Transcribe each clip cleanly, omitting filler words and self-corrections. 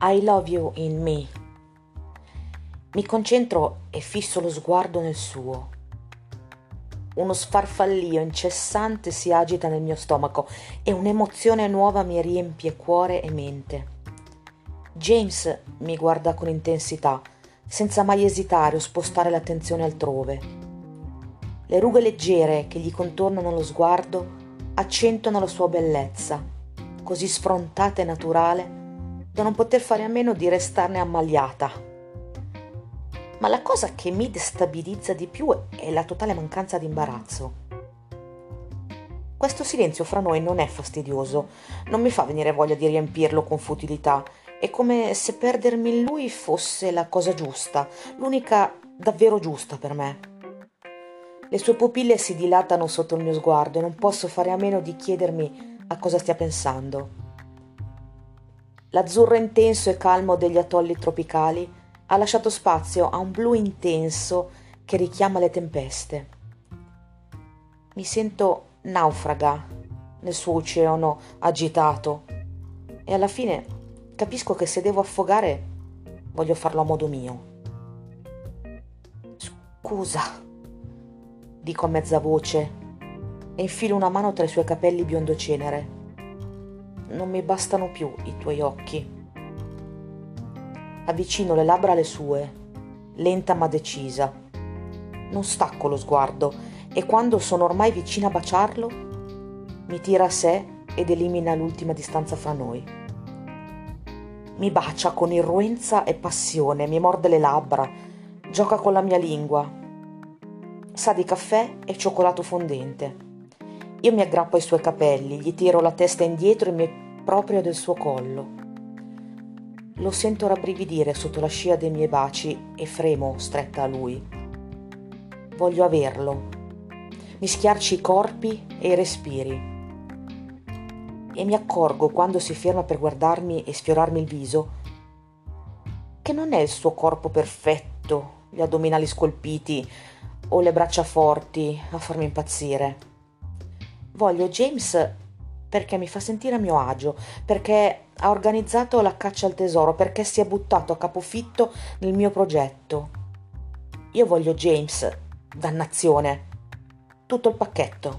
I love you in me. Mi concentro e fisso lo sguardo nel suo. Uno sfarfallio incessante si agita nel mio stomaco e un'emozione nuova mi riempie cuore e mente. James mi guarda con intensità, senza mai esitare o spostare l'attenzione altrove. Le rughe leggere che gli contornano lo sguardo accentuano la sua bellezza, così sfrontata e naturale da non poter fare a meno di restarne ammaliata. Ma la cosa che mi destabilizza di più è la totale mancanza di imbarazzo. Questo silenzio fra noi non è fastidioso, non mi fa venire voglia di riempirlo con futilità. È come se perdermi in lui fosse la cosa giusta, l'unica davvero giusta per me. Le sue pupille si dilatano sotto il mio sguardo e non posso fare a meno di chiedermi a cosa stia pensando. L'azzurro intenso e calmo degli atolli tropicali ha lasciato spazio a un blu intenso che richiama le tempeste. Mi sento naufraga nel suo oceano agitato e alla fine capisco che se devo affogare voglio farlo a modo mio. Scusa, dico a mezza voce e infilo una mano tra i suoi capelli biondo cenere. Non mi bastano più i tuoi occhi. Avvicino le labbra alle sue, lenta ma decisa. Non stacco lo sguardo e quando sono ormai vicina a baciarlo, mi tira a sé ed elimina l'ultima distanza fra noi. Mi bacia con irruenza e passione, mi morde le labbra, gioca con la mia lingua. Sa di caffè e cioccolato fondente. Io mi aggrappo ai suoi capelli, gli tiro la testa indietro e mi approprio del suo collo. Lo sento rabbrividire sotto la scia dei miei baci e fremo stretta a lui. Voglio averlo. Mi schiarci i corpi e i respiri. E mi accorgo quando si ferma per guardarmi e sfiorarmi il viso che non è il suo corpo perfetto, gli addominali scolpiti o le braccia forti a farmi impazzire. Voglio James perché mi fa sentire a mio agio, perché ha organizzato la caccia al tesoro, perché si è buttato a capofitto nel mio progetto. Io voglio James, dannazione, tutto il pacchetto.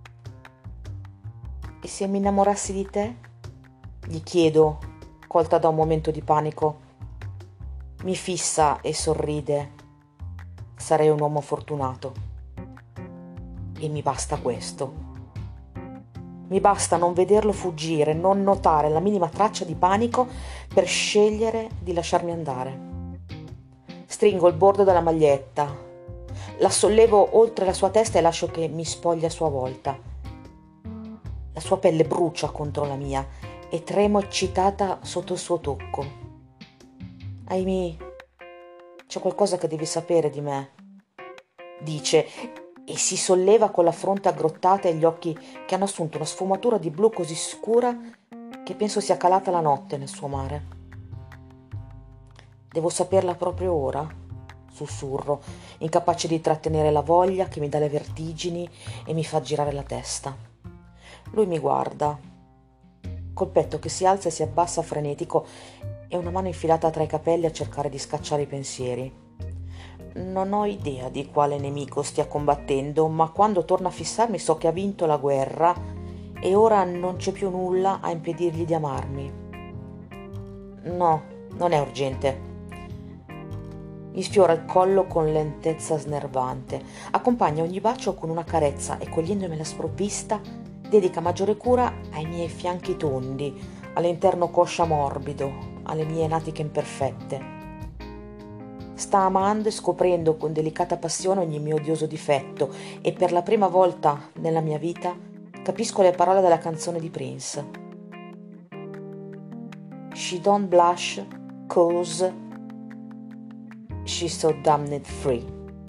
E se mi innamorassi di te? Gli chiedo, colta da un momento di panico. Mi fissa e sorride. Sarei un uomo fortunato. E mi basta questo. Mi basta non vederlo fuggire, non notare la minima traccia di panico per scegliere di lasciarmi andare. Stringo il bordo della maglietta, la sollevo oltre la sua testa e lascio che mi spogli a sua volta. La sua pelle brucia contro la mia e tremo eccitata sotto il suo tocco. Amy, c'è qualcosa che devi sapere di me, dice, e si solleva con la fronte aggrottata e gli occhi che hanno assunto una sfumatura di blu così scura che penso sia calata la notte nel suo mare. Devo saperla proprio ora? Sussurro, incapace di trattenere la voglia che mi dà le vertigini e mi fa girare la testa. Lui mi guarda, col petto che si alza e si abbassa frenetico e una mano infilata tra i capelli a cercare di scacciare i pensieri. Non ho idea di quale nemico stia combattendo, ma quando torna a fissarmi so che ha vinto la guerra e ora non c'è più nulla a impedirgli di amarmi. No, non è urgente. Mi sfiora il collo con lentezza snervante, accompagna ogni bacio con una carezza e cogliendomi alla sprovvista dedica maggiore cura ai miei fianchi tondi, all'interno coscia morbido, alle mie natiche imperfette. Sta amando e scoprendo con delicata passione ogni mio odioso difetto e per la prima volta nella mia vita capisco le parole della canzone di Prince. She don't blush 'cause she's so damned free.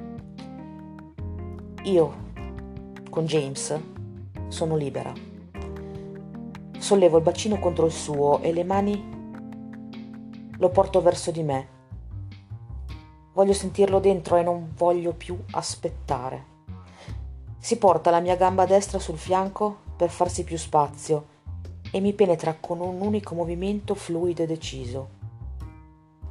Io, con James, sono libera. Sollevo il bacino contro il suo e le mani lo porto verso di me. Voglio sentirlo dentro e non voglio più aspettare. Si porta la mia gamba destra sul fianco per farsi più spazio e mi penetra con un unico movimento fluido e deciso.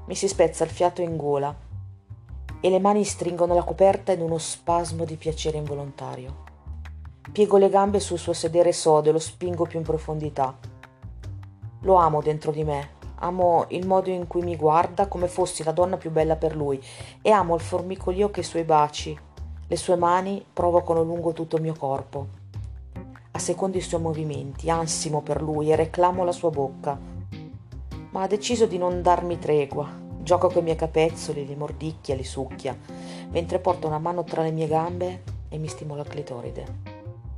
Mi si spezza il fiato in gola e le mani stringono la coperta in uno spasmo di piacere involontario. Piego le gambe sul suo sedere sodo e lo spingo più in profondità. Lo amo dentro di me, amo il modo in cui mi guarda come fossi la donna più bella per lui e amo il formicolio che i suoi baci, le sue mani provocano lungo tutto il mio corpo. Assecondo i suoi movimenti, ansimo per lui e reclamo la sua bocca. Ma ha deciso di non darmi tregua. Gioca coi miei capezzoli, li mordicchia, li succhia, mentre porta una mano tra le mie gambe e mi stimola il clitoride.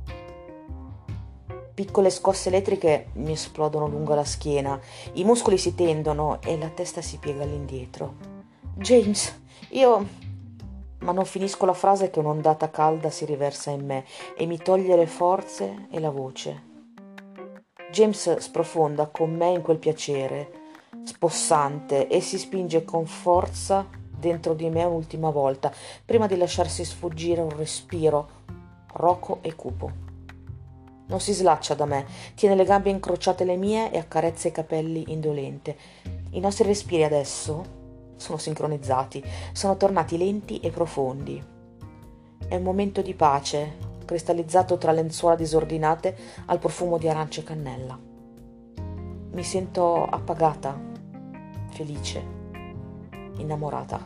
Piccole scosse elettriche mi esplodono lungo la schiena, i muscoli si tendono e la testa si piega all'indietro. James, io... Ma non finisco la frase che un'ondata calda si riversa in me e mi toglie le forze e la voce. James sprofonda con me in quel piacere, spossante, e si spinge con forza dentro di me un'ultima volta, prima di lasciarsi sfuggire un respiro roco e cupo. Non si slaccia da me, tiene le gambe incrociate le mie e accarezza i capelli indolente. I nostri respiri adesso sono sincronizzati, sono tornati lenti e profondi. È un momento di pace, cristallizzato tra lenzuola disordinate al profumo di arance e cannella. Mi sento appagata, felice, innamorata.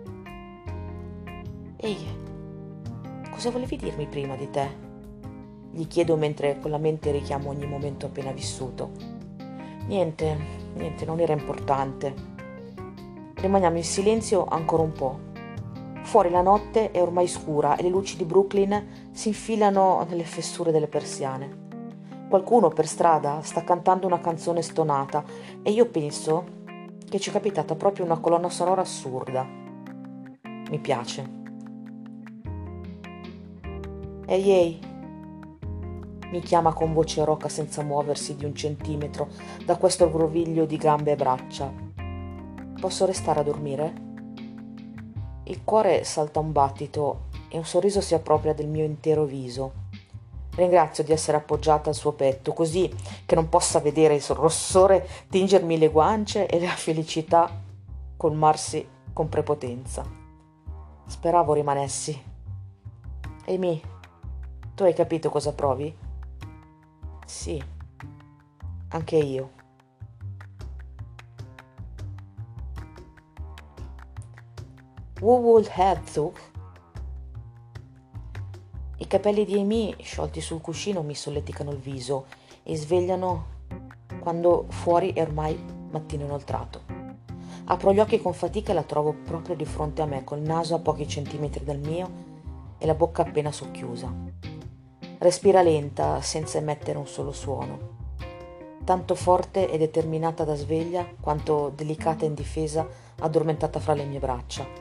Ehi, cosa volevi dirmi prima di te? Gli chiedo mentre con la mente richiamo ogni momento appena vissuto. Niente, non era importante. Rimaniamo in silenzio ancora un po'. Fuori la notte è ormai scura e le luci di Brooklyn si infilano nelle fessure delle persiane. Qualcuno per strada sta cantando una canzone stonata e io penso che ci è capitata proprio una colonna sonora assurda. Mi piace. Ehi ehi, mi chiama con voce roca senza muoversi di un centimetro da questo groviglio di gambe e braccia. Posso restare a dormire? Il cuore salta un battito e un sorriso si appropria del mio intero viso. Ringrazio di essere appoggiata al suo petto, così che non possa vedere il rossore tingermi le guance e la felicità colmarsi con prepotenza. Speravo rimanessi. Amy, tu hai capito cosa provi? Sì, anche io. Who would have thought? I capelli di Amy sciolti sul cuscino mi solleticano il viso e svegliano quando fuori è ormai mattino inoltrato. Apro gli occhi con fatica e la trovo proprio di fronte a me, col naso a pochi centimetri dal mio e la bocca appena socchiusa. Respira lenta, senza emettere un solo suono. Tanto forte e determinata da sveglia, quanto delicata e indifesa, addormentata fra le mie braccia.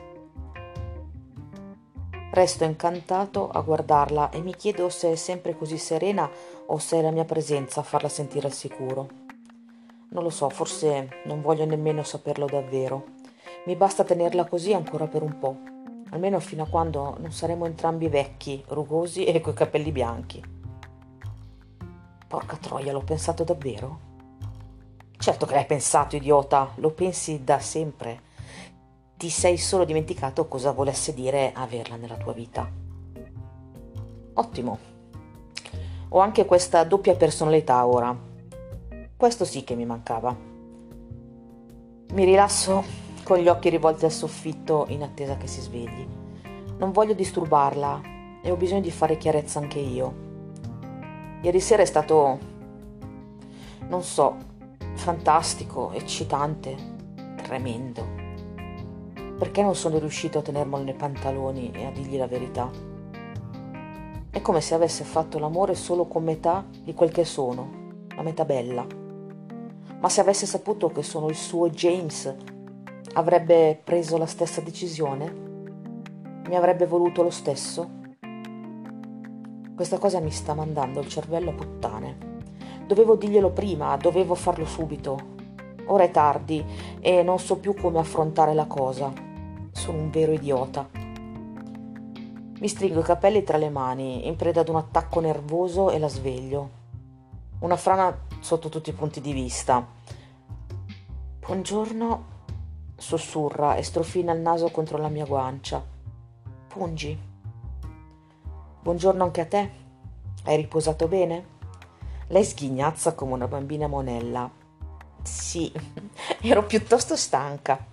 Resto incantato a guardarla e mi chiedo se è sempre così serena o se è la mia presenza a farla sentire al sicuro. Non lo so, forse non voglio nemmeno saperlo davvero. Mi basta tenerla così ancora per un po', almeno fino a quando non saremo entrambi vecchi, rugosi e coi capelli bianchi. Porca troia, l'ho pensato davvero? Certo che l'hai pensato, idiota, lo pensi da sempre. Ti sei solo dimenticato cosa volesse dire averla nella tua vita. Ottimo. Ho anche questa doppia personalità ora. Questo sì che mi mancava. Mi rilasso con gli occhi rivolti al soffitto in attesa che si svegli. Non voglio disturbarla e ho bisogno di fare chiarezza anche io. Ieri sera è stato, non so, fantastico, eccitante, tremendo. Perché non sono riuscito a tenermelo nei pantaloni e a dirgli la verità? È come se avesse fatto l'amore solo con metà di quel che sono, la metà bella. Ma se avesse saputo che sono il suo James, avrebbe preso la stessa decisione? Mi avrebbe voluto lo stesso? Questa cosa mi sta mandando il cervello a puttane. Dovevo dirglielo prima, dovevo farlo subito. Ora è tardi e non so più come affrontare la cosa. Sono un vero idiota. Mi stringo i capelli tra le mani, in preda ad un attacco nervoso e la sveglio. Una frana sotto tutti i punti di vista. Buongiorno, sussurra e strofina il naso contro la mia guancia. Pungi. Buongiorno anche a te. Hai riposato bene? Lei sghignazza come una bambina monella. Sì, ero piuttosto stanca.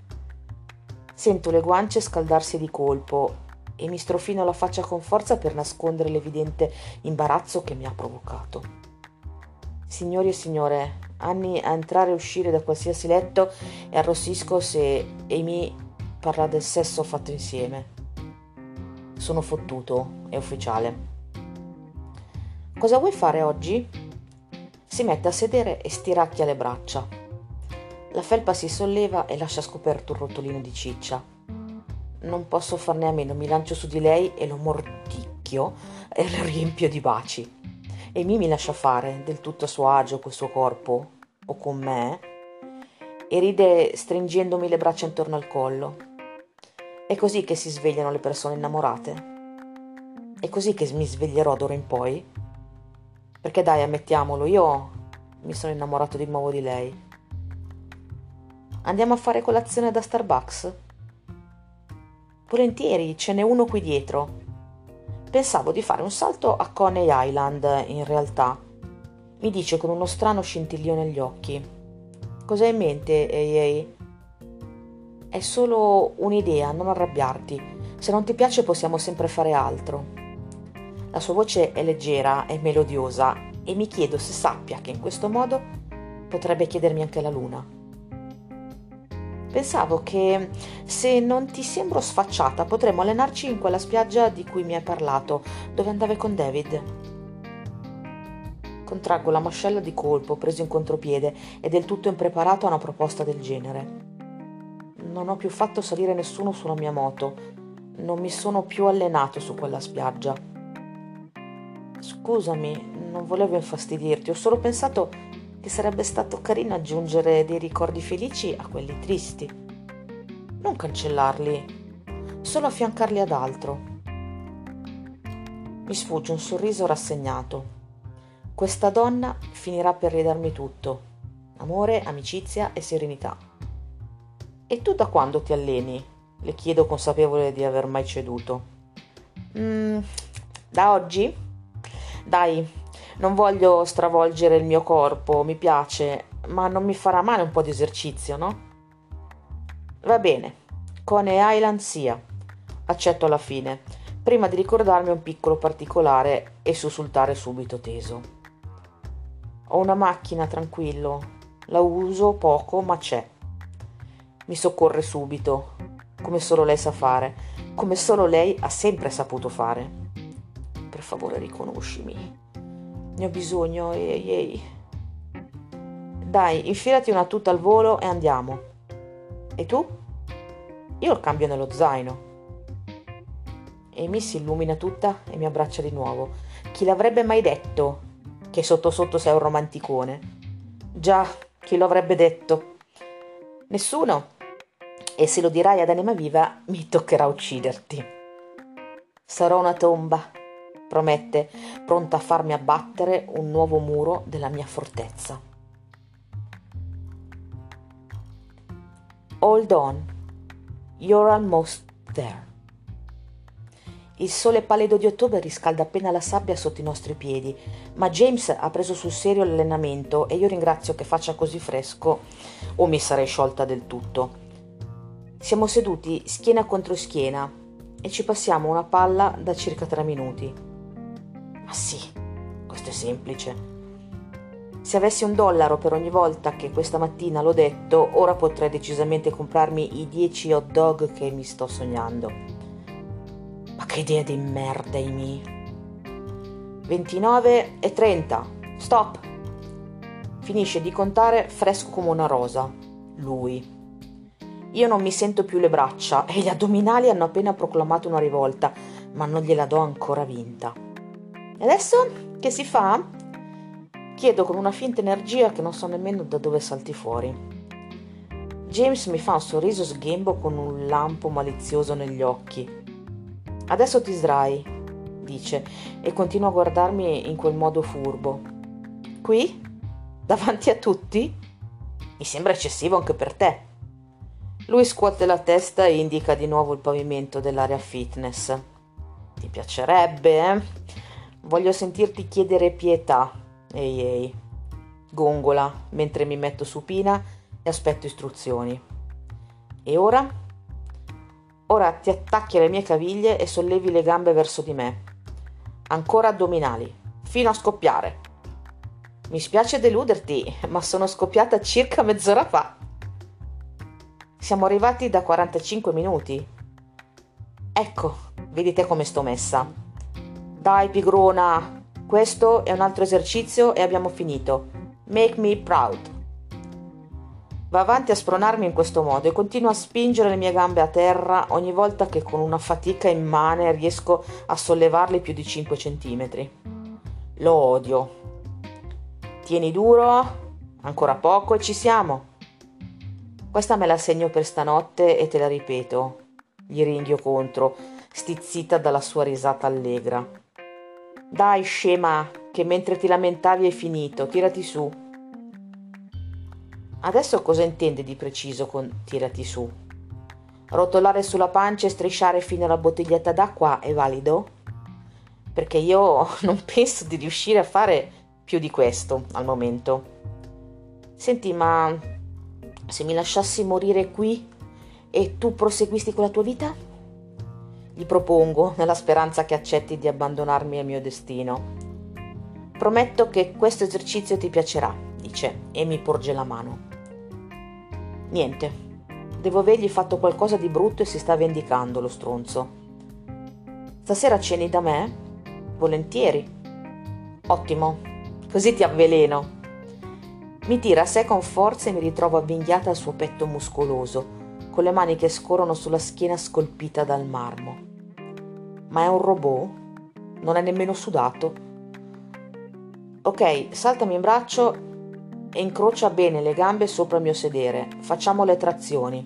Sento le guance scaldarsi di colpo e mi strofino la faccia con forza per nascondere l'evidente imbarazzo che mi ha provocato. Signori e signore, anni a entrare e uscire da qualsiasi letto e arrossisco se Amy parla del sesso fatto insieme. Sono fottuto, è ufficiale. Cosa vuoi fare oggi? Si mette a sedere e stiracchia le braccia. La felpa si solleva e lascia scoperto un rotolino di ciccia. Non posso farne a meno, mi lancio su di lei e lo mordicchio e lo riempio di baci. Amy mi lascia fare, del tutto a suo agio col suo corpo, o con me, e ride stringendomi le braccia intorno al collo. È così che si svegliano le persone innamorate? È così che mi sveglierò d'ora in poi? Perché dai, ammettiamolo, io mi sono innamorato di nuovo di lei. Andiamo a fare colazione da Starbucks? Volentieri, ce n'è uno qui dietro. Pensavo di fare un salto a Coney Island, in realtà. Mi dice con uno strano scintillio negli occhi. Cosa hai in mente, Ehi? È solo un'idea, non arrabbiarti. Se non ti piace possiamo sempre fare altro. La sua voce è leggera e melodiosa e mi chiedo se sappia che in questo modo potrebbe chiedermi anche la luna. Pensavo che, se non ti sembro sfacciata, potremmo allenarci in quella spiaggia di cui mi hai parlato, dove andavi con David. Contraggo la mascella di colpo, preso in contropiede e del tutto impreparato a una proposta del genere. Non ho più fatto salire nessuno sulla mia moto, non mi sono più allenato su quella spiaggia. Scusami, non volevo infastidirti, ho solo pensato che sarebbe stato carino aggiungere dei ricordi felici a quelli tristi. Non cancellarli, solo affiancarli ad altro. Mi sfugge un sorriso rassegnato. Questa donna finirà per ridarmi tutto: amore, amicizia e serenità. E tu da quando ti alleni? Le chiedo, consapevole di aver mai ceduto. Da oggi? Dai, non voglio stravolgere il mio corpo, mi piace, ma non mi farà male un po' di esercizio, no? Va bene, Coney Island sia. Accetto alla fine, prima di ricordarmi un piccolo particolare e sussultare subito teso. Ho una macchina, tranquillo, la uso poco, ma c'è. Mi soccorre subito, come solo lei sa fare, come solo lei ha sempre saputo fare. Per favore, riconoscimi. Ne ho bisogno, ehi. Dai, infilati una tuta al volo e andiamo. E tu? Io il cambio nello zaino. Amy si illumina tutta e mi abbraccia di nuovo. Chi l'avrebbe mai detto che sotto sotto sei un romanticone? Già, chi lo avrebbe detto? Nessuno. E se lo dirai ad anima viva, mi toccherà ucciderti. Sarò una tomba, promette, pronta a farmi abbattere un nuovo muro della mia fortezza. Hold on, you're almost there. Il sole pallido di ottobre riscalda appena la sabbia sotto i nostri piedi, ma James ha preso sul serio l'allenamento e io ringrazio che faccia così fresco o mi sarei sciolta del tutto. Siamo seduti schiena contro schiena e ci passiamo una palla da circa 3 minuti. Ma sì, questo è semplice. Se avessi $1 per ogni volta che questa mattina l'ho detto, ora potrei decisamente comprarmi i 10 hot dog che mi sto sognando. Ma che idea di merda, Amy. 29 e 30. Stop. Finisce di contare fresco come una rosa. Lui. Io non mi sento più le braccia e gli addominali hanno appena proclamato una rivolta, ma non gliela do ancora vinta. E adesso che si fa? Chiedo con una finta energia che non so nemmeno da dove salti fuori. James mi fa un sorriso sghembo con un lampo malizioso negli occhi. Adesso ti sdrai, dice, e continua a guardarmi in quel modo furbo. Qui? Davanti a tutti? Mi sembra eccessivo anche per te. Lui scuote la testa e indica di nuovo il pavimento dell'area fitness. Ti piacerebbe, eh? Voglio sentirti chiedere pietà. Ehi ehi. Gongola mentre mi metto supina e aspetto istruzioni. E ora? Ora ti attacchi alle mie caviglie e sollevi le gambe verso di me. Ancora addominali, fino a scoppiare. Mi spiace deluderti, ma sono scoppiata circa mezz'ora fa. Siamo arrivati da 45 minuti. Ecco, vedi te come sto messa. Dai, pigrona, questo è un altro esercizio e abbiamo finito. Make me proud. Va avanti a spronarmi in questo modo e continua a spingere le mie gambe a terra ogni volta che con una fatica immane riesco a sollevarli più di 5 centimetri. Lo odio. Tieni duro, ancora poco e ci siamo. Questa me la segno per stanotte e te la ripeto, gli ringhio contro, stizzita dalla sua risata allegra. Dai, scema, che mentre ti lamentavi hai finito, tirati su. Adesso cosa intende di preciso con tirati su? Rotolare sulla pancia e strisciare fino alla bottiglietta d'acqua è valido? Perché io non penso di riuscire a fare più di questo al momento. Senti, ma se mi lasciassi morire qui e tu proseguisti con la tua vita? Gli propongo, nella speranza che accetti di abbandonarmi al mio destino. Prometto che questo esercizio ti piacerà, dice, e mi porge la mano. Niente, devo avergli fatto qualcosa di brutto e si sta vendicando lo stronzo. Stasera ceni da me? Volentieri. Ottimo, così ti avveleno. Mi tira a sé con forza e mi ritrovo avvinghiata al suo petto muscoloso, con le mani che scorrono sulla schiena scolpita dal marmo. Ma è un robot? Non è nemmeno sudato? Ok, saltami in braccio e incrocia bene le gambe sopra il mio sedere. Facciamo le trazioni.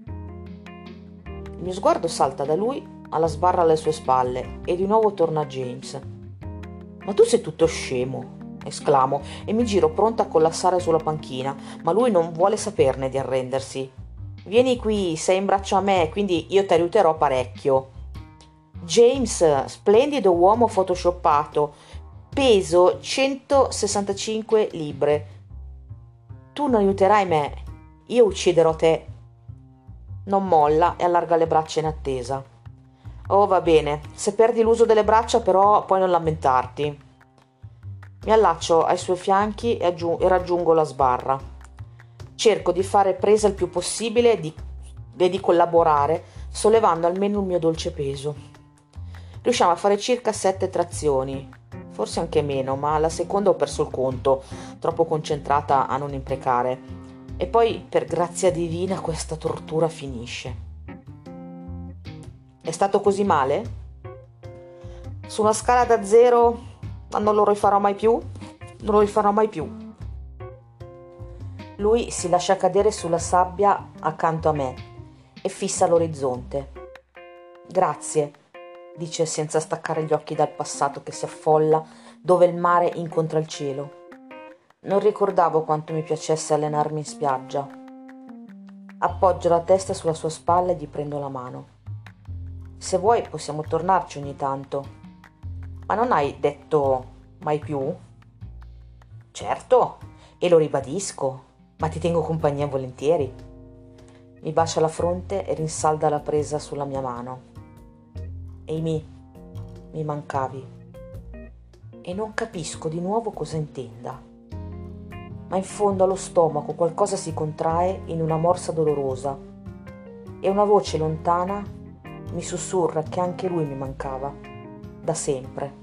Il mio sguardo salta da lui alla sbarra alle sue spalle e di nuovo torna a James. Ma tu sei tutto scemo, esclamo e mi giro pronta a collassare sulla panchina, ma lui non vuole saperne di arrendersi. Vieni qui, sei in braccio a me, quindi io ti aiuterò parecchio. James, splendido uomo photoshoppato, peso 165 libbre. Tu non aiuterai me, io ucciderò te. Non molla e allarga le braccia in attesa. Oh, va bene, se perdi l'uso delle braccia però puoi non lamentarti. Mi allaccio ai suoi fianchi e raggiungo la sbarra. Cerco di fare presa il più possibile e di collaborare, sollevando almeno il mio dolce peso. Riusciamo a fare circa 7 trazioni, forse anche meno, ma alla seconda ho perso il conto, troppo concentrata a non imprecare. E poi, per grazia divina, questa tortura finisce. È stato così male? Su una scala da 0 a non lo rifarò mai più? Non lo rifarò mai più. Lui si lascia cadere sulla sabbia accanto a me e fissa l'orizzonte. Grazie, dice senza staccare gli occhi dal passato che si affolla dove il mare incontra il cielo. Non ricordavo quanto mi piacesse allenarmi in spiaggia. Appoggio la testa sulla sua spalla e gli prendo la mano. Se vuoi possiamo tornarci ogni tanto. Ma non hai detto mai più? Certo, e lo ribadisco, ma ti tengo compagnia volentieri. Mi bacia la fronte e rinsalda la presa sulla mia mano. Amy, mi mancavi. E non capisco di nuovo cosa intenda. Ma in fondo allo stomaco qualcosa si contrae in una morsa dolorosa e una voce lontana mi sussurra che anche lui mi mancava, da sempre.